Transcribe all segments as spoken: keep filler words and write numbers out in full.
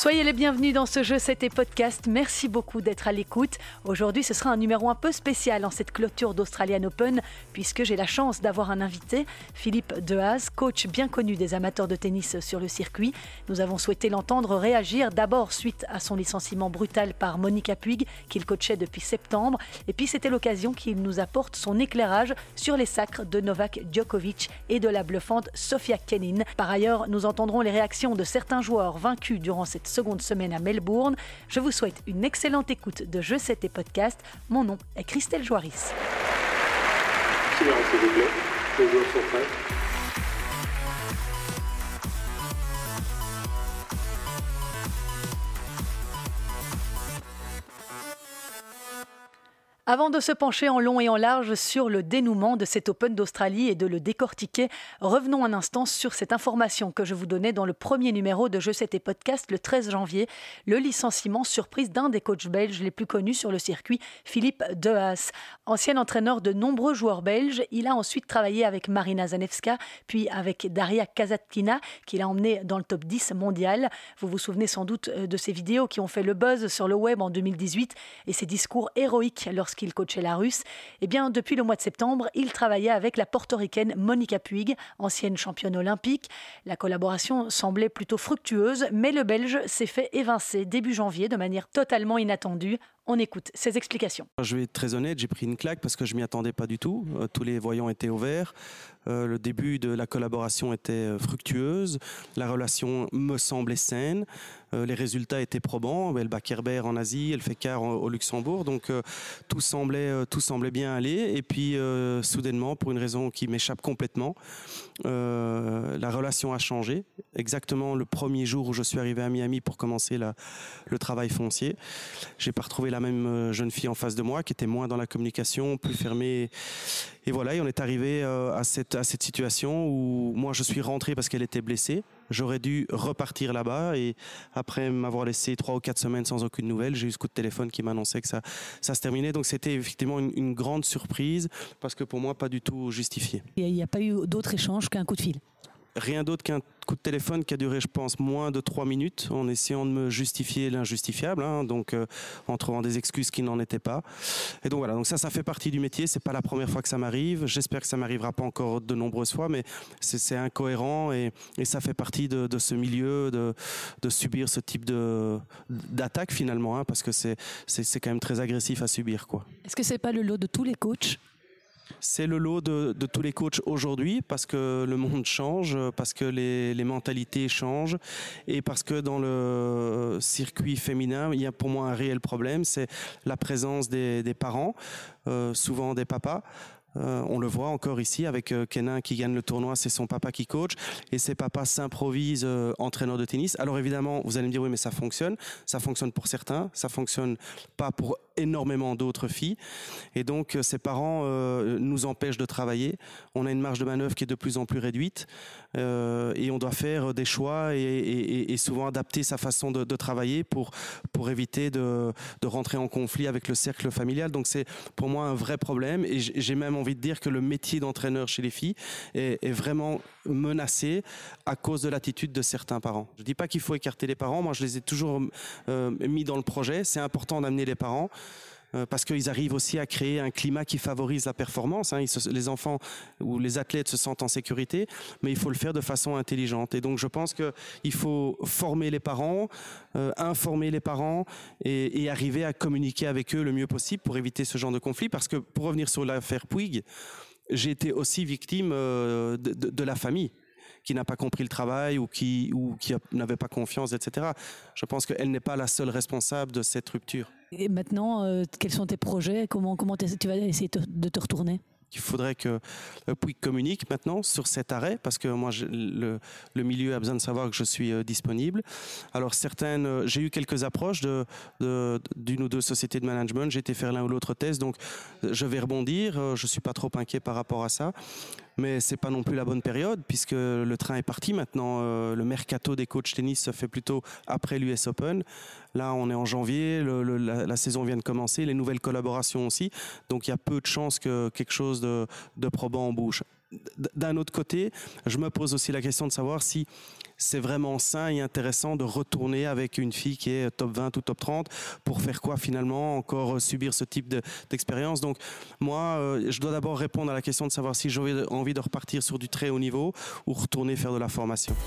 Soyez les bienvenus dans ce Jeu c'était podcast. Merci beaucoup d'être à l'écoute. Aujourd'hui, ce sera un numéro un peu spécial en cette clôture d'Australian Open puisque j'ai la chance d'avoir un invité, Philippe Dehaze, coach bien connu des amateurs de tennis sur le circuit. Nous avons souhaité l'entendre réagir d'abord suite à son licenciement brutal par Monica Puig qu'il coachait depuis septembre. Et puis c'était l'occasion qu'il nous apporte son éclairage sur les sacres de Novak Djokovic et de la bluffante Sofia Kenin. Par ailleurs, nous entendrons les réactions de certains joueurs vaincus durant cette seconde semaine à Melbourne. Je vous souhaite une excellente écoute de Jeux c'était podcast. Mon nom est Christelle Joiris. Silence s'il vous plaît, les joueurs sont prêts. Avant de se pencher en long et en large sur le dénouement de cet Open d'Australie et de le décortiquer, revenons un instant sur cette information que je vous donnais dans le premier numéro de Jeux c'était podcast le treize janvier, le licenciement surprise d'un des coachs belges les plus connus sur le circuit, Philippe Dehaze. Ancien entraîneur de nombreux joueurs belges, il a ensuite travaillé avec Marina Zanevska, puis avec Daria Kasatkina, qu'il a emmené dans le top dix mondial. Vous vous souvenez sans doute de ces vidéos qui ont fait le buzz sur le web en deux mille dix-huit et ces discours héroïques lorsqu'il qu'il coachait la Russe. Eh bien, depuis le mois de septembre, il travaillait avec la portoricaine Monica Puig, ancienne championne olympique. La collaboration semblait plutôt fructueuse, mais le Belge s'est fait évincer début janvier de manière totalement inattendue. On écoute ses explications. Je vais être très honnête, j'ai pris une claque parce que je ne m'y attendais pas du tout. Euh, tous les voyants étaient au vert. Euh, le début de la collaboration était fructueuse. La relation me semblait saine. Euh, les résultats étaient probants. Elle bat Kerber en Asie, elle fait quart au Luxembourg. Donc euh, tout, semblait, euh, tout semblait bien aller. Et puis euh, soudainement, pour une raison qui m'échappe complètement, euh, la relation a changé. Exactement le premier jour où je suis arrivé à Miami pour commencer la, le travail foncier. J'ai pas retrouvé la même jeune fille en face de moi qui était moins dans la communication, plus fermée. Et voilà, et on est arrivé à cette, à cette situation où moi je suis rentré parce qu'elle était blessée. J'aurais dû repartir là-bas et après m'avoir laissé trois ou quatre semaines sans aucune nouvelle, j'ai eu ce coup de téléphone qui m'annonçait que ça, ça se terminait. Donc c'était effectivement une, une grande surprise parce que pour moi, pas du tout justifié. Il n'y a pas eu d'autre échange qu'un coup de fil? Rien d'autre qu'un coup de téléphone qui a duré, je pense, moins de trois minutes en essayant de me justifier l'injustifiable, hein, donc euh, en trouvant des excuses qui n'en étaient pas. Et donc voilà, donc ça, ça fait partie du métier. C'est pas la première fois que ça m'arrive. J'espère que ça m'arrivera pas encore de nombreuses fois, mais c'est, c'est incohérent et, et ça fait partie de, de ce milieu, de, de subir ce type de d'attaque finalement, hein, parce que c'est, c'est c'est quand même très agressif à subir, quoi. Est-ce que c'est pas le lot de tous les coachs? C'est le lot de, de tous les coachs aujourd'hui parce que le monde change, parce que les, les mentalités changent et parce que dans le circuit féminin, il y a pour moi un réel problème, c'est la présence des, des parents, euh, souvent des papas. Euh, on le voit encore ici avec euh, Kenin qui gagne le tournoi, c'est son papa qui coach et ses papas s'improvisent euh, entraîneurs de tennis. Alors évidemment, vous allez me dire oui mais ça fonctionne, ça fonctionne pour certains, ça fonctionne pas pour énormément d'autres filles et donc euh, ces parents euh, nous empêchent de travailler. On a une marge de manœuvre qui est de plus en plus réduite euh, et on doit faire des choix et, et, et souvent adapter sa façon de, de travailler pour pour éviter de, de rentrer en conflit avec le cercle familial. Donc c'est pour moi un vrai problème et j'ai même envie de dire que le métier d'entraîneur chez les filles est, est vraiment menacé à cause de l'attitude de certains parents. Je ne dis pas qu'il faut écarter les parents, moi je les ai toujours euh, mis dans le projet, c'est important d'amener les parents euh, parce qu'ils arrivent aussi à créer un climat qui favorise la performance, hein. Ils se, les enfants ou les athlètes se sentent en sécurité, mais il faut le faire de façon intelligente et donc je pense qu'il faut former les parents, euh, informer les parents et, et arriver à communiquer avec eux le mieux possible pour éviter ce genre de conflit parce que pour revenir sur l'affaire Puig, j'ai été aussi victime euh, de, de, de la famille qui n'a pas compris le travail ou qui, ou qui a, n'avait pas confiance, et cetera. Je pense qu'elle n'est pas la seule responsable de cette rupture. Et maintenant, euh, quels sont tes projets? Comment, comment tu vas essayer de te retourner? Il faudrait que Puig communique maintenant sur cet arrêt parce que moi je, le, le milieu a besoin de savoir que je suis euh, disponible. Alors certaines, euh, j'ai eu quelques approches de, de, d'une ou deux sociétés de management, j'ai été faire l'un ou l'autre test, donc je vais rebondir, euh, je suis pas trop inquiet par rapport à ça. Mais c'est pas non plus la bonne période puisque le train est parti maintenant. Euh, le mercato des coachs tennis se fait plutôt après l'U S Open. Là, on est en janvier, le, le, la, la saison vient de commencer, les nouvelles collaborations aussi. Donc, il y a peu de chances que quelque chose de, de probant en bouche. d'un autre côté, je me pose aussi la question de savoir si c'est vraiment sain et intéressant de retourner avec une fille qui est top vingt ou top trente pour faire quoi finalement, encore subir ce type de, d'expérience. Donc moi, euh, je dois d'abord répondre à la question de savoir si j'ai envie de repartir sur du très haut niveau ou retourner faire de la formation.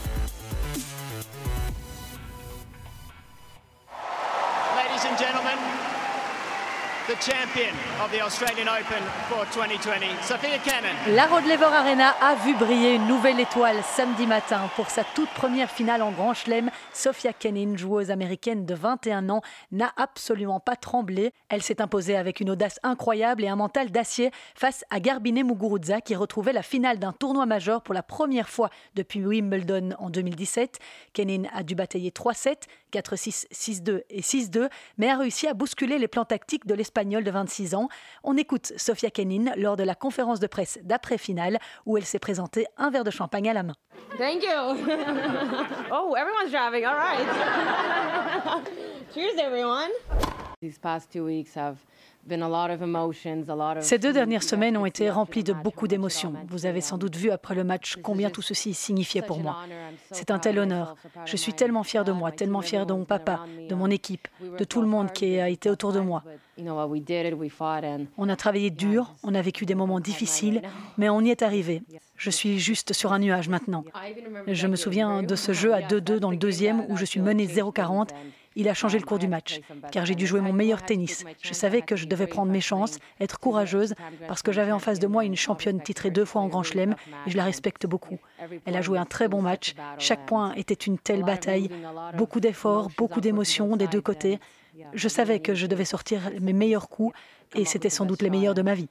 Ladies and gentlemen, the champion of the Australian Open for twenty twenty, Sofia Kenin. La Rod Laver Arena a vu briller une nouvelle étoile samedi matin. Pour sa toute première finale en Grand Chelem, Sofia Kenin, joueuse américaine de vingt et un ans, n'a absolument pas tremblé. Elle s'est imposée avec une audace incroyable et un mental d'acier face à Garbine Muguruza qui retrouvait la finale d'un tournoi majeur pour la première fois depuis Wimbledon en deux mille dix-sept. Kenin a dû batailler trois sept, quatre six, six deux et six deux, mais a réussi à bousculer les plans tactiques de l'Espagnole de vingt-six ans. On écoute Sofia Kenin lors de la conférence de presse d'après-finale où elle s'est présentée un verre de champagne à la main. Thank you. Oh, everyone's driving. All right. Cheers, everyone. These past two weeks have been a lot of emotions, a lot of. Ces deux dernières semaines ont été remplies de beaucoup d'émotions. Vous avez sans doute vu après le match combien tout ceci signifiait pour moi. C'est un tel honneur. Je suis tellement fière de moi, tellement fière de mon papa, de mon équipe, de tout le monde qui a été autour de moi. On a travaillé dur, on a vécu des moments difficiles, mais on y est arrivé. Je suis juste sur un nuage maintenant. Je me souviens de ce jeu à deux deux dans le deuxième où je suis menée zéro quarante. Il a changé le cours du match, car j'ai dû jouer mon meilleur tennis. Je savais que je devais prendre mes chances, être courageuse, parce que j'avais en face de moi une championne titrée deux fois en Grand Chelem, et je la respecte beaucoup. Elle a joué un très bon match. Chaque point était une telle bataille. Beaucoup d'efforts, beaucoup d'émotions des deux côtés. Je savais que je devais sortir mes meilleurs coups, et c'était sans doute les meilleurs de ma vie.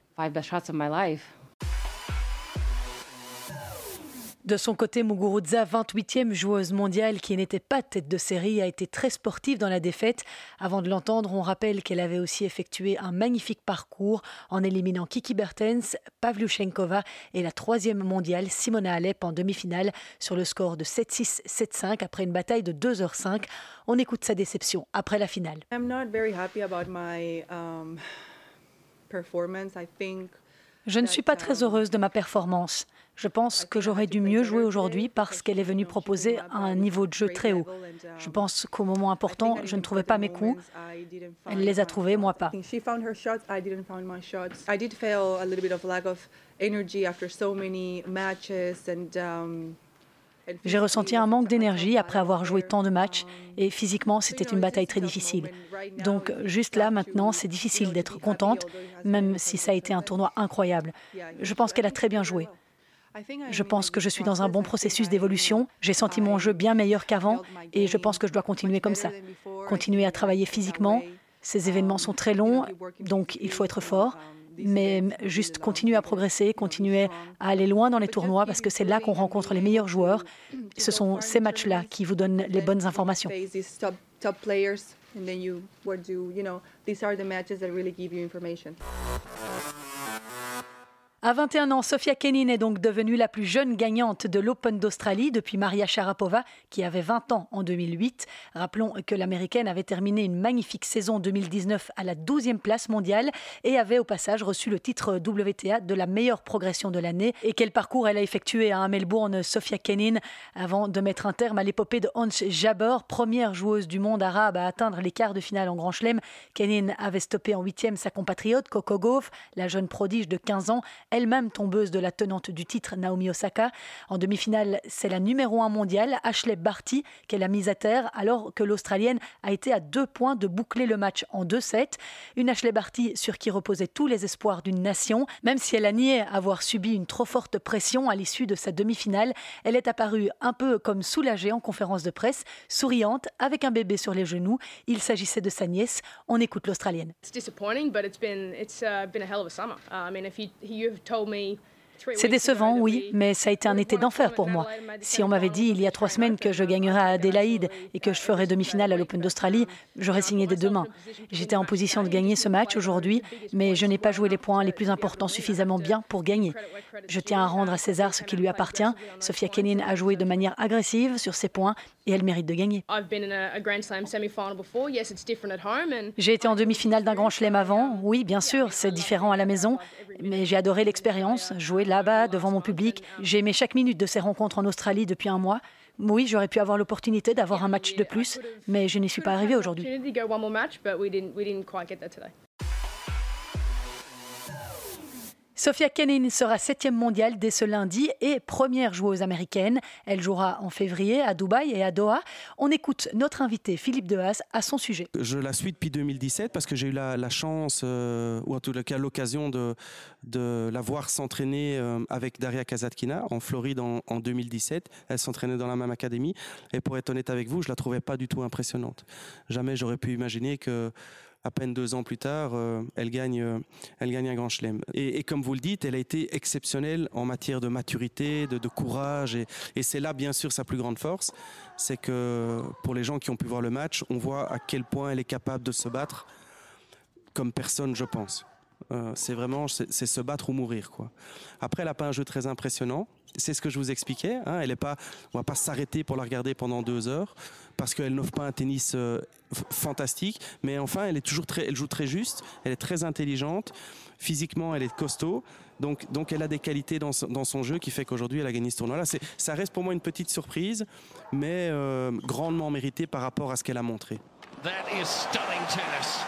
De son côté, Muguruza, vingt-huitième joueuse mondiale qui n'était pas tête de série, a été très sportive dans la défaite. Avant de l'entendre, on rappelle qu'elle avait aussi effectué un magnifique parcours en éliminant Kiki Bertens, Pavlyuchenkova et la troisième mondiale Simona Halep en demi-finale sur le score de sept six, sept cinq après une bataille de deux heures cinq. On écoute sa déception après la finale. I'm not very happy about my um, performance. I think Je ne suis pas très heureuse de ma performance. Je pense que j'aurais dû mieux jouer aujourd'hui parce qu'elle est venue proposer un niveau de jeu très haut. Je pense qu'au moment important, je ne trouvais pas mes coups. Elle les a trouvés, moi pas. J'ai ressenti un manque d'énergie après avoir joué tant de matchs et physiquement, c'était une bataille très difficile. Donc, juste là, maintenant, c'est difficile d'être contente, même si ça a été un tournoi incroyable. Je pense qu'elle a très bien joué. Je pense que je suis dans un bon processus d'évolution. J'ai senti mon jeu bien meilleur qu'avant et je pense que je dois continuer comme ça. Continuer à travailler physiquement. Ces événements sont très longs, donc il faut être fort. Mais juste continuer à progresser, continuer à aller loin dans les tournois parce que c'est là qu'on rencontre les meilleurs joueurs. Ce sont ces matchs-là qui vous donnent les bonnes informations. À vingt et un ans, Sofia Kenin est donc devenue la plus jeune gagnante de l'Open d'Australie depuis Maria Sharapova, qui avait vingt ans en deux mille huit. Rappelons que l'Américaine avait terminé une magnifique saison deux mille dix-neuf à la douzième place mondiale et avait au passage reçu le titre W T A de la meilleure progression de l'année. Et quel parcours elle a effectué à Melbourne, Sofia Kenin, avant de mettre un terme à l'épopée de Ons Jabeur, première joueuse du monde arabe à atteindre les quarts de finale en Grand Chelem. Kenin avait stoppé en huitième sa compatriote Coco Gauff, la jeune prodige de quinze ans, elle-même tombeuse de la tenante du titre Naomi Osaka. En demi-finale, c'est la numéro un mondiale, Ashleigh Barty, qu'elle a mise à terre alors que l'Australienne a été à deux points de boucler le match en deux sept. Une Ashleigh Barty sur qui reposaient tous les espoirs d'une nation. Même si elle a nié avoir subi une trop forte pression à l'issue de sa demi-finale, elle est apparue un peu comme soulagée en conférence de presse, souriante, avec un bébé sur les genoux. Il s'agissait de sa nièce. On écoute l'Australienne. C'est décevant, oui, mais ça a été un été d'enfer pour moi. Si on m'avait dit il y a trois semaines que je gagnerais à Adélaïde et que je ferais demi-finale à l'Open d'Australie, j'aurais signé des deux mains. J'étais en position de gagner ce match aujourd'hui, mais je n'ai pas joué les points les plus importants suffisamment bien pour gagner. Je tiens à rendre à César ce qui lui appartient. Sofia Kenin a joué de manière agressive sur ses points et elle mérite de gagner. J'ai été en demi-finale d'un Grand Chelem avant, oui bien sûr, c'est différent à la maison, mais j'ai adoré l'expérience, jouer là-bas devant mon public. J'ai aimé chaque minute de ces rencontres en Australie depuis un mois. Oui, j'aurais pu avoir l'opportunité d'avoir un match de plus, mais je n'y suis pas arrivée aujourd'hui. Sofia Kenin sera septième mondiale dès ce lundi et première joueuse américaine. Elle jouera en février à Dubaï et à Doha. On écoute notre invité Philippe Dehaas à son sujet. Je la suis depuis deux mille dix-sept parce que j'ai eu la, la chance, euh, ou en tout cas l'occasion de, de la voir s'entraîner euh, avec Daria Kasatkina en Floride en, en deux mille dix-sept. Elle s'entraînait dans la même académie et pour être honnête avec vous, je la trouvais pas du tout impressionnante. Jamais j'aurais pu imaginer que à peine deux ans plus tard, euh, elle, gagne, euh, elle gagne un Grand Chelem. Et, et comme vous le dites, elle a été exceptionnelle en matière de maturité, de, de courage. Et, et c'est là, bien sûr, sa plus grande force. C'est que pour les gens qui ont pu voir le match, on voit à quel point elle est capable de se battre comme personne, je pense. Euh, c'est vraiment c'est, c'est se battre ou mourir, quoi. Après, elle n'a pas un jeu très impressionnant. C'est ce que je vous expliquais. Hein. Elle est pas, on va pas s'arrêter pour la regarder pendant deux heures parce qu'elle n'offre pas un tennis euh, f- fantastique. Mais enfin, elle est toujours très, elle joue très juste. Elle est très intelligente. Physiquement, elle est costaud. Donc, donc elle a des qualités dans, dans son jeu qui fait qu'aujourd'hui, elle a gagné ce tournoi-là. C'est, ça reste pour moi une petite surprise, mais euh, grandement méritée par rapport à ce qu'elle a montré. That is stunning tennis.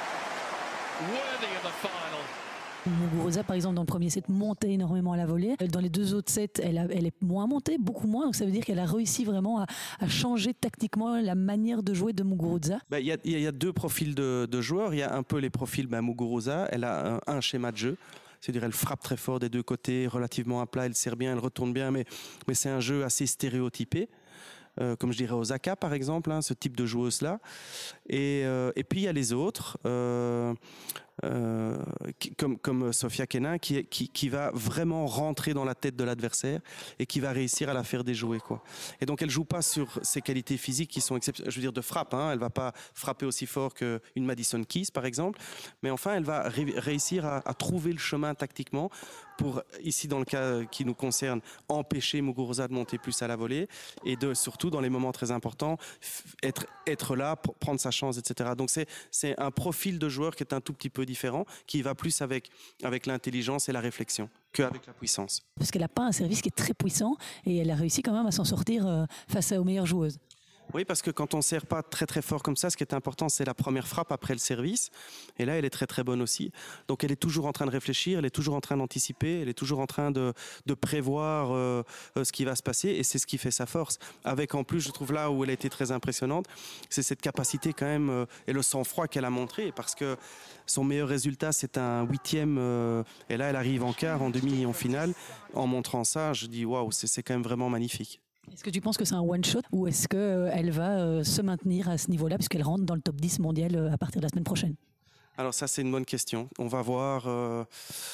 Worthy of the final. Muguruza, par exemple, dans le premier set, montait énormément à la volée. Dans les deux autres sets, elle, a, elle est moins montée, beaucoup moins. Donc ça veut dire qu'elle a réussi vraiment à, à changer tactiquement la manière de jouer de Muguruza. Il ben, y, y, y a deux profils de, de joueurs. Il y a un peu les profils ben, Muguruza. Elle a un, un schéma de jeu. C'est-à-dire elle frappe très fort des deux côtés, relativement à plat, elle sert bien, elle retourne bien, mais, mais c'est un jeu assez stéréotypé. Euh, comme je dirais Osaka par exemple, hein, ce type de joueuse-là. Et, euh, et puis il y a les autres, euh, euh, qui, comme, comme Sofia Kenin, qui, qui, qui va vraiment rentrer dans la tête de l'adversaire et qui va réussir à la faire déjouer, quoi. Et donc elle joue pas sur ses qualités physiques qui sont exceptionnelles, je veux dire de frappe, hein, elle va pas frapper aussi fort qu'une Madison Keys par exemple, mais enfin elle va ré- réussir à, à trouver le chemin tactiquement pour, ici dans le cas qui nous concerne, empêcher Muguruza de monter plus à la volée et de surtout dans les moments très importants être, être là pour prendre sa chance, et cetera. Donc c'est, c'est un profil de joueur qui est un tout petit peu différent, qui va plus avec, avec l'intelligence et la réflexion qu'avec la puissance. Parce qu'elle n'a pas un service qui est très puissant et elle a réussi quand même à s'en sortir face aux meilleures joueuses. Oui, parce que quand on ne sert pas très très fort comme ça, ce qui est important, c'est la première frappe après le service. Et là, elle est très très bonne aussi. Donc elle est toujours en train de réfléchir, elle est toujours en train d'anticiper, elle est toujours en train de, de prévoir euh, ce qui va se passer. Et c'est ce qui fait sa force. Avec en plus, je trouve là où elle a été très impressionnante, c'est cette capacité quand même euh, et le sang-froid qu'elle a montré. Parce que son meilleur résultat, c'est un huitième. Euh, et là, elle arrive en quart, en demi et en finale. En montrant ça, je dis waouh, c'est, c'est quand même vraiment magnifique. Est-ce que tu penses que c'est un one-shot ou est-ce qu'elle euh, va euh, se maintenir à ce niveau-là puisqu'elle rentre dans le top dix mondial euh, à partir de la semaine prochaine? Alors ça, c'est une bonne question. On va voir... Euh,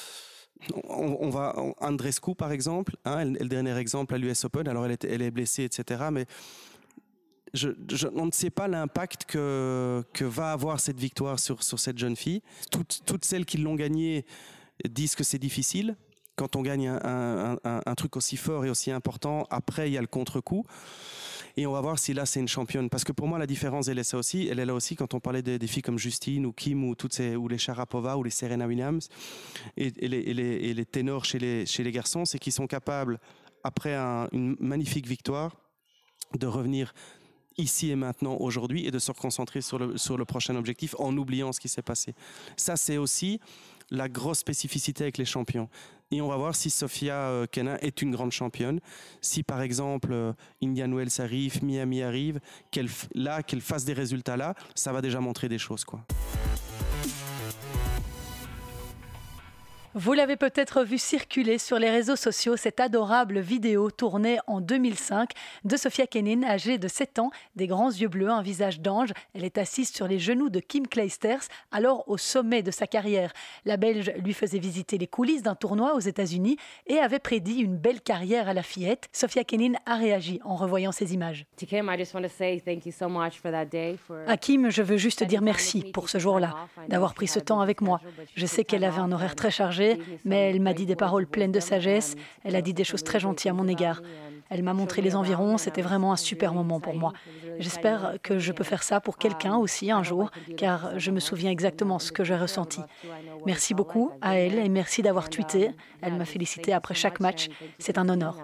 on, on va Andreescu, par exemple, hein, le dernier exemple à l'U S Open. Alors elle est, elle est blessée, et cetera. Mais je, je, on ne sait pas l'impact que, que va avoir cette victoire sur, sur cette jeune fille. Toutes, toutes celles qui l'ont gagnée disent que c'est difficile. Quand on gagne un, un, un, un truc aussi fort et aussi important, après il y a le contre-coup. Et on va voir si là c'est une championne. Parce que pour moi la différence elle est ça aussi. Elle est là aussi quand on parlait des, des filles comme Justine ou Kim ou toutes ces, ou les Sharapova ou les Serena Williams et, et, les, et, les, et les ténors chez les, chez les garçons, c'est qu'ils sont capables après un, une magnifique victoire de revenir ici et maintenant, aujourd'hui, et de se reconcentrer sur le, sur le prochain objectif en oubliant ce qui s'est passé. Ça, c'est aussi la grosse spécificité avec les champions. Et on va voir si Sofia Kenin est une grande championne. Si, par exemple, Indian Wells arrive, Miami arrive, qu'elle, là, qu'elle fasse des résultats là, ça va déjà montrer des choses, quoi. Vous l'avez peut-être vu circuler sur les réseaux sociaux, cette adorable vidéo tournée en deux mille cinq de Sofia Kenin, âgée de sept ans, des grands yeux bleus, un visage d'ange. Elle est assise sur les genoux de Kim Clijsters, alors au sommet de sa carrière. La Belge lui faisait visiter les coulisses d'un tournoi aux États-Unis et avait prédit une belle carrière à la fillette. Sofia Kenin a réagi en revoyant ces images. À Kim, je veux juste dire merci pour ce jour-là, d'avoir pris ce temps avec moi. Je sais qu'elle avait un horaire très chargé, mais elle m'a dit des paroles pleines de sagesse. Elle a dit des choses très gentilles à mon égard. Elle m'a montré les environs, c'était vraiment un super moment pour moi. J'espère que je peux faire ça pour quelqu'un aussi un jour, car je me souviens exactement ce que j'ai ressenti. Merci beaucoup à elle et merci d'avoir tweeté. Elle m'a félicité après chaque match. C'est un honneur.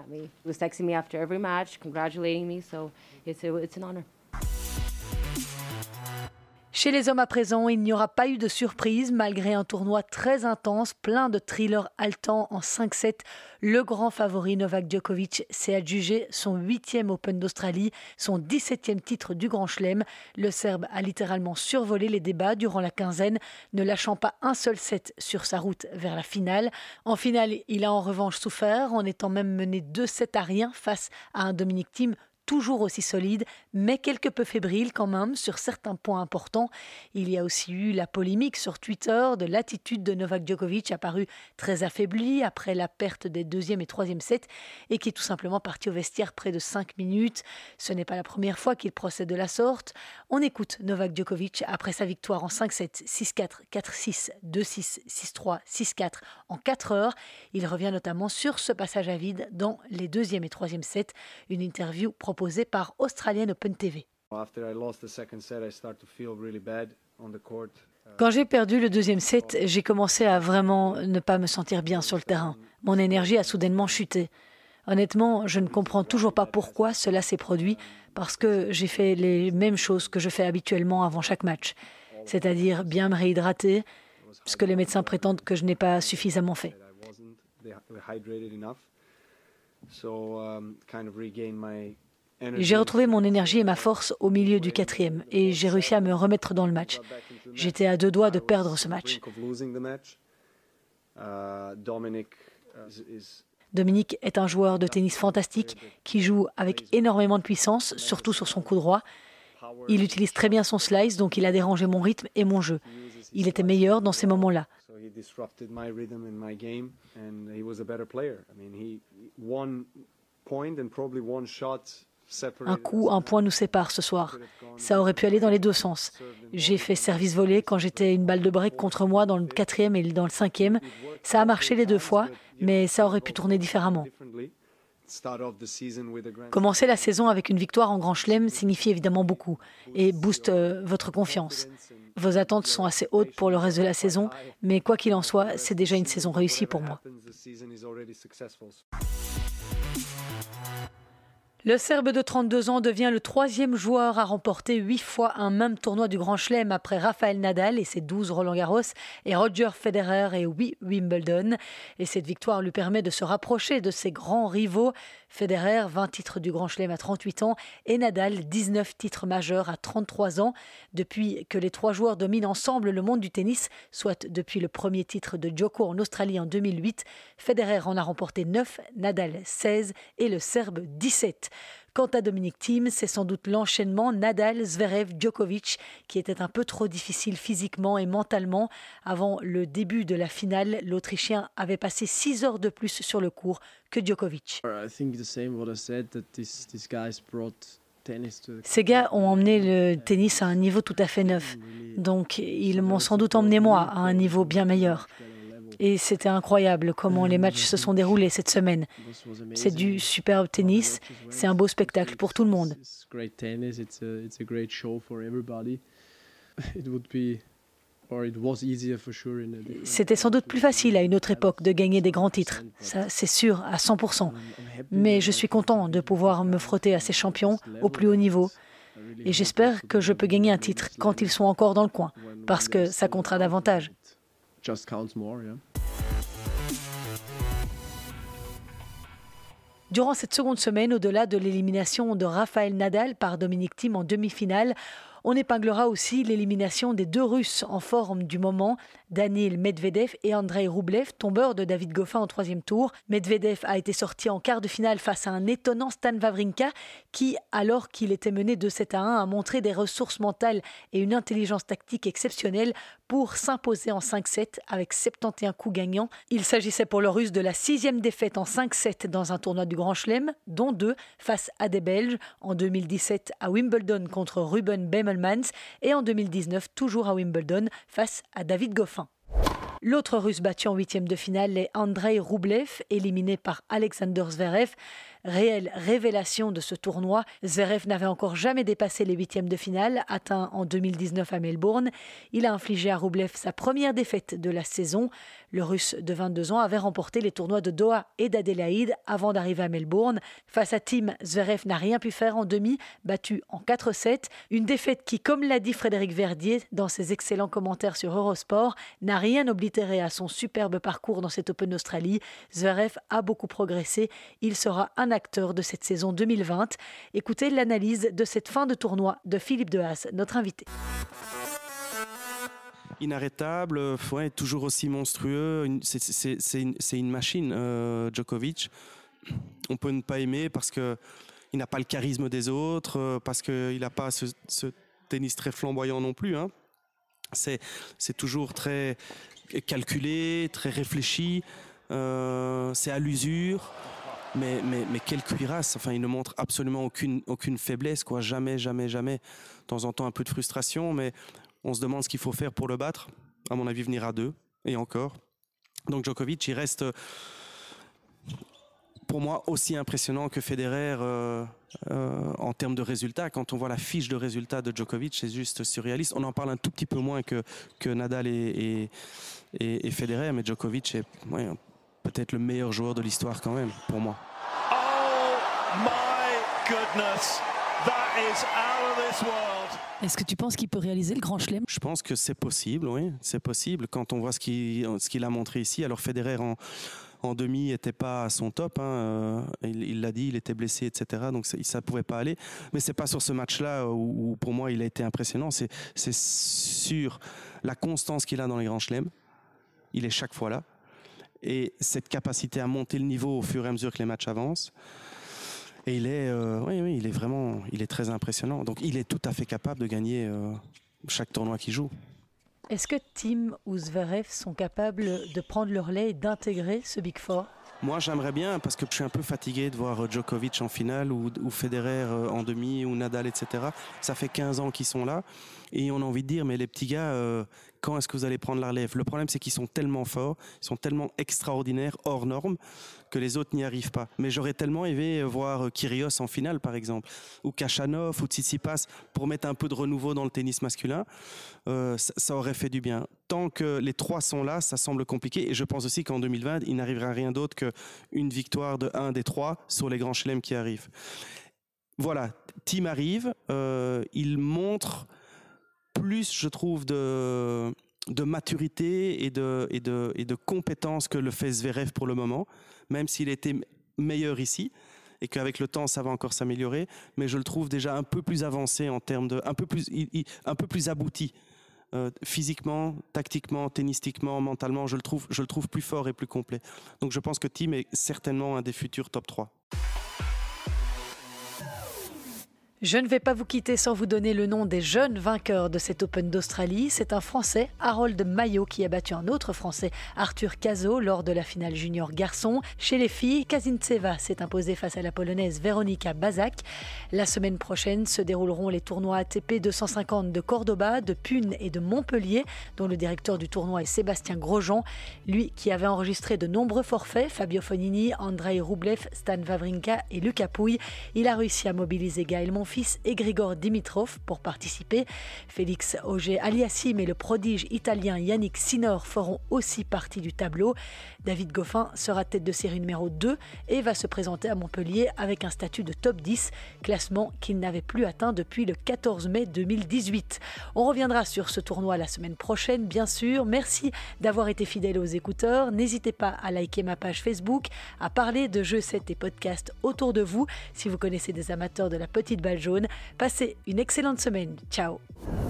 Chez les hommes à présent, il n'y aura pas eu de surprise malgré un tournoi très intense, plein de thrillers haletants en cinq sept. Le grand favori Novak Djokovic s'est adjugé son huitième Open d'Australie, son dix-septième titre du Grand Chelem. Le Serbe a littéralement survolé les débats durant la quinzaine, ne lâchant pas un seul set sur sa route vers la finale. En finale, il a en revanche souffert en étant même mené deux sept à rien face à un Dominic Thiem toujours aussi solide, mais quelque peu fébrile quand même sur certains points importants. Il y a aussi eu la polémique sur Twitter de l'attitude de Novak Djokovic apparue très affaiblie après la perte des deuxième et troisième sets et qui est tout simplement parti au vestiaire près de cinq minutes. Ce n'est pas la première fois qu'il procède de la sorte. On écoute Novak Djokovic après sa victoire en cinq sept, six quatre, quatre six, deux six, six trois, six quatre en quatre heures. Il revient notamment sur ce passage à vide dans les deuxième et troisième sets. Une interview proposée proposé par Australian Open T V. Quand j'ai perdu le deuxième set, j'ai commencé à vraiment ne pas me sentir bien sur le terrain. Mon énergie a soudainement chuté. Honnêtement, je ne comprends toujours pas pourquoi cela s'est produit, parce que j'ai fait les mêmes choses que je fais habituellement avant chaque match, c'est-à-dire bien me réhydrater, ce que les médecins prétendent que je n'ai pas suffisamment fait. J'ai retrouvé mon énergie et ma force au milieu du quatrième et j'ai réussi à me remettre dans le match. J'étais à deux doigts de perdre ce match. Dominic est un joueur de tennis fantastique qui joue avec énormément de puissance, surtout sur son coup droit. Il utilise très bien son slice, donc il a dérangé mon rythme et mon jeu. Il était meilleur dans ces moments-là. Un coup, un point nous sépare ce soir. Ça aurait pu aller dans les deux sens. J'ai fait service volé quand j'étais une balle de break contre moi dans le quatrième et dans le cinquième. Ça a marché les deux fois, mais ça aurait pu tourner différemment. Commencer la saison avec une victoire en Grand Chelem signifie évidemment beaucoup et booste euh, votre confiance. Vos attentes sont assez hautes pour le reste de la saison, mais quoi qu'il en soit, c'est déjà une saison réussie pour moi. Le Serbe de trente-deux ans devient le troisième joueur à remporter huit fois un même tournoi du Grand Chelem après Rafael Nadal et ses douze Roland-Garros et Roger Federer et huit Wimbledon. Et cette victoire lui permet de se rapprocher de ses grands rivaux. Federer, vingt titres du Grand Chelem à trente-huit ans et Nadal, dix-neuf titres majeurs à trente-trois ans. Depuis que les trois joueurs dominent ensemble le monde du tennis, soit depuis le premier titre de Djoko en Australie en deux mille huit, Federer en a remporté neuf, Nadal seize et le Serbe dix-sept. Quant à Dominic Thiem, c'est sans doute l'enchaînement Nadal-Zverev-Djokovic qui était un peu trop difficile physiquement et mentalement. Avant le début de la finale, l'Autrichien avait passé six heures de plus sur le court que Djokovic. Ces gars ont emmené le tennis à un niveau tout à fait neuf. Donc ils m'ont sans doute emmené moi à un niveau bien meilleur. Et c'était incroyable comment les matchs se sont déroulés cette semaine. C'est du superbe tennis, c'est un beau spectacle pour tout le monde. C'était sans doute plus facile à une autre époque de gagner des grands titres, ça c'est sûr, à cent pour cent. Mais je suis content de pouvoir me frotter à ces champions au plus haut niveau. Et j'espère que je peux gagner un titre quand ils sont encore dans le coin, parce que ça comptera davantage. Just counts more, yeah. Durant cette seconde semaine, au-delà de l'élimination de Rafael Nadal par Dominic Thiem en demi-finale, on épinglera aussi l'élimination des deux Russes en forme du moment, Daniil Medvedev et Andrei Rublev, tombeurs de David Goffin en troisième tour. Medvedev a été sorti en quart de finale face à un étonnant Stan Wawrinka qui, alors qu'il était mené deux sept à un, a montré des ressources mentales et une intelligence tactique exceptionnelle pour s'imposer en cinq sept avec soixante et un coups gagnants. Il s'agissait pour le Russe de la sixième défaite en cinq sept dans un tournoi du Grand Chelem, dont deux face à des Belges, en deux mille dix-sept à Wimbledon contre Ruben Bemelmans et en deux mille dix-neuf toujours à Wimbledon face à David Goffin. L'autre Russe battu en huitième de finale est Andrei Roublev, éliminé par Alexander Zverev. Réelle révélation de ce tournoi, Zverev n'avait encore jamais dépassé les huitièmes de finale, atteint en deux mille dix-neuf à Melbourne. Il a infligé à Roublev sa première défaite de la saison. Le Russe de vingt-deux ans avait remporté les tournois de Doha et d'Adélaïde avant d'arriver à Melbourne. Face à Thiem, Zverev n'a rien pu faire en demi, battu en quatre sept. Une défaite qui, comme l'a dit Frédéric Verdier dans ses excellents commentaires sur Eurosport, n'a rien oblitéré à son superbe parcours dans cet Open d'Australie. Zverev a beaucoup progressé. Il sera un acteur de cette saison deux mille vingt. Écoutez l'analyse de cette fin de tournoi de Philippe Dehaas, notre invité. Inarrêtable, ouais, toujours aussi monstrueux, c'est, c'est, c'est, une, c'est une machine, euh, Djokovic. On peut ne pas aimer parce qu'il n'a pas le charisme des autres, parce qu'il n'a pas ce, ce tennis très flamboyant non plus. Hein. C'est, c'est toujours très calculé, très réfléchi, euh, c'est à l'usure. Mais, mais, mais quelle cuirasse, enfin, il ne montre absolument aucune, aucune faiblesse, quoi. Jamais, jamais, jamais. De temps en temps, un peu de frustration, mais on se demande ce qu'il faut faire pour le battre. À mon avis, venir à deux, et encore. Donc Djokovic, il reste, pour moi, aussi impressionnant que Federer euh, euh, en termes de résultats. Quand on voit la fiche de résultats de Djokovic, c'est juste surréaliste. On en parle un tout petit peu moins que, que Nadal et, et, et, et Federer, mais Djokovic est... Ouais, peut-être le meilleur joueur de l'histoire quand même, pour moi. Oh my goodness, that is out of this world. Est-ce que tu penses qu'il peut réaliser le Grand Chelem ? Je pense que c'est possible, oui, c'est possible. Quand on voit ce qu'il, ce qu'il a montré ici, alors Federer en, en demi n'était pas à son top, hein, euh, il, il l'a dit, il était blessé, et cetera. Donc ça ne pouvait pas aller. Mais c'est pas sur ce match-là où, où pour moi il a été impressionnant. C'est, c'est sur la constance qu'il a dans les Grands Chelems. Il est chaque fois là. Et cette capacité à monter le niveau au fur et à mesure que les matchs avancent. Et il est, euh, oui, oui, il est vraiment, il est très impressionnant. Donc il est tout à fait capable de gagner euh, chaque tournoi qu'il joue. Est-ce que Thiem ou Zverev sont capables de prendre le relais et d'intégrer ce Big Four ? Moi, j'aimerais bien, parce que je suis un peu fatigué de voir Djokovic en finale ou, ou Federer en demi ou Nadal, et cetera. Ça fait quinze ans qu'ils sont là et on a envie de dire, mais les petits gars, euh, quand est-ce que vous allez prendre la relève ? Le problème, c'est qu'ils sont tellement forts, ils sont tellement extraordinaires, hors normes, que les autres n'y arrivent pas. Mais j'aurais tellement aimé voir Kyrgios en finale, par exemple, ou Khachanov, ou Tsitsipas, pour mettre un peu de renouveau dans le tennis masculin. Euh, ça, ça aurait fait du bien. Tant que les trois sont là, ça semble compliqué. Et je pense aussi qu'en deux mille vingt, il n'arrivera rien d'autre qu'une victoire de un des trois sur les grands chelems qui arrivent. Voilà, Thiem arrive, euh, il montre plus, je trouve, de, de maturité et de, et, de, et de compétence que le fait Zverev pour le moment, même s'il était meilleur ici et qu'avec le temps ça va encore s'améliorer, mais je le trouve déjà un peu plus avancé en termes de, un peu plus, un peu plus abouti euh, physiquement, tactiquement, tennistiquement, mentalement. Je le trouve, je le trouve plus fort et plus complet. Donc je pense que Thiem est certainement un des futurs top trois. Je ne vais pas vous quitter sans vous donner le nom des jeunes vainqueurs de cet Open d'Australie. C'est un Français, Harold Maillot, qui a battu un autre Français, Arthur Cazot, lors de la finale junior garçon. Chez les filles, Kazintseva s'est imposée face à la Polonaise Weronika Bazak. La semaine prochaine se dérouleront les tournois A T P deux cent cinquante de Cordoba, de Pune et de Montpellier, dont le directeur du tournoi est Sébastien Grosjean. Lui qui avait enregistré de nombreux forfaits, Fabio Fognini, Andrei Roublev, Stan Wawrinka et Lucas Pouille. Il a réussi à mobiliser Gaël Monfils et Grigor Dimitrov pour participer. Félix Auger-Aliassime et le prodige italien Yannick Sinor feront aussi partie du tableau. David Goffin sera tête de série numéro deux et va se présenter à Montpellier avec un statut de top dix, classement qu'il n'avait plus atteint depuis le quatorze mai deux mille dix-huit. On reviendra sur ce tournoi la semaine prochaine, bien sûr. Merci d'avoir été fidèle aux écouteurs. N'hésitez pas à liker ma page Facebook, à parler de jeux sept et podcasts autour de vous. Si vous connaissez des amateurs de la petite balle jaune, passez une excellente semaine. Ciao.